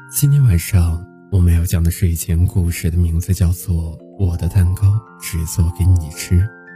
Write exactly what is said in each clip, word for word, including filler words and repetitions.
今天晚上我们要讲的睡前故事的名字叫做《我的蛋糕只做给你吃》。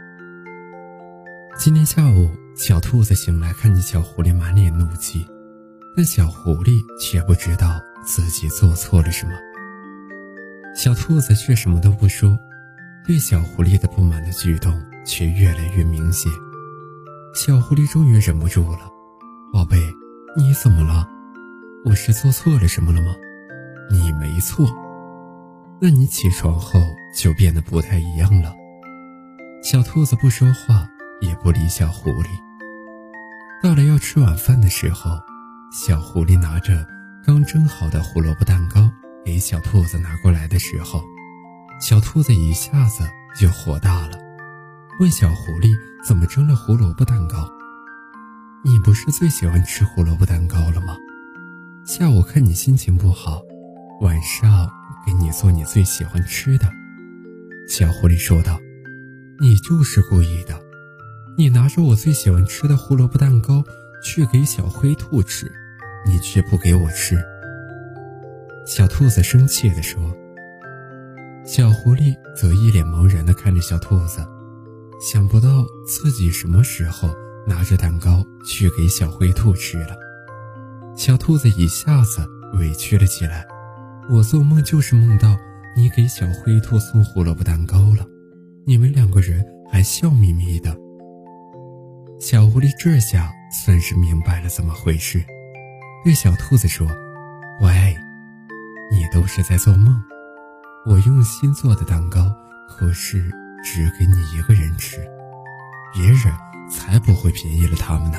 今天下午，小兔子醒来看见小狐狸满脸怒气，但小狐狸却不知道自己做错了什么。小兔子却什么都不说，对小狐狸的不满的举动却越来越明显。小狐狸终于忍不住了：“宝贝，你怎么了？我是做错了什么了吗？”“你没错。那你起床后就变得不太一样了。”小兔子不说话，也不理小狐狸。到了要吃晚饭的时候，小狐狸拿着刚蒸好的胡萝卜蛋糕给小兔子拿过来的时候，小兔子一下子就火大了，问小狐狸怎么蒸了胡萝卜蛋糕。“你不是最喜欢吃胡萝卜蛋糕了吗？下午看你心情不好，晚上给你做你最喜欢吃的。”小狐狸说道。“你就是故意的，你拿着我最喜欢吃的胡萝卜蛋糕去给小灰兔吃，你却不给我吃。”小兔子生气地说。小狐狸则一脸茫然地看着小兔子，想不到自己什么时候拿着蛋糕去给小灰兔吃了。小兔子一下子委屈了起来：“我做梦就是梦到你给小灰兔送胡萝卜蛋糕了，你们两个人还笑眯眯的。”小狐狸这下算是明白了怎么回事，对小兔子说：“喂，你都是在做梦，我用心做的蛋糕可是只给你一个人吃，别人才不会便宜了他们呢。”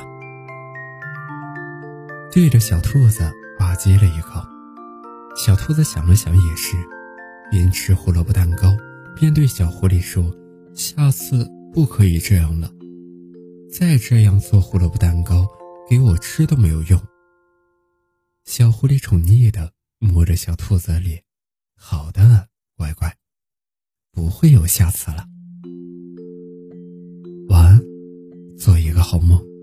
对着小兔子吧唧了一口。小兔子想了想也是，边吃胡萝卜蛋糕边对小狐狸说：“下次不可以这样了，再这样做胡萝卜蛋糕给我吃都没有用。”小狐狸宠溺地摸着小兔子的脸：“好的，乖乖，不会有下次了。晚安，做一个好梦。”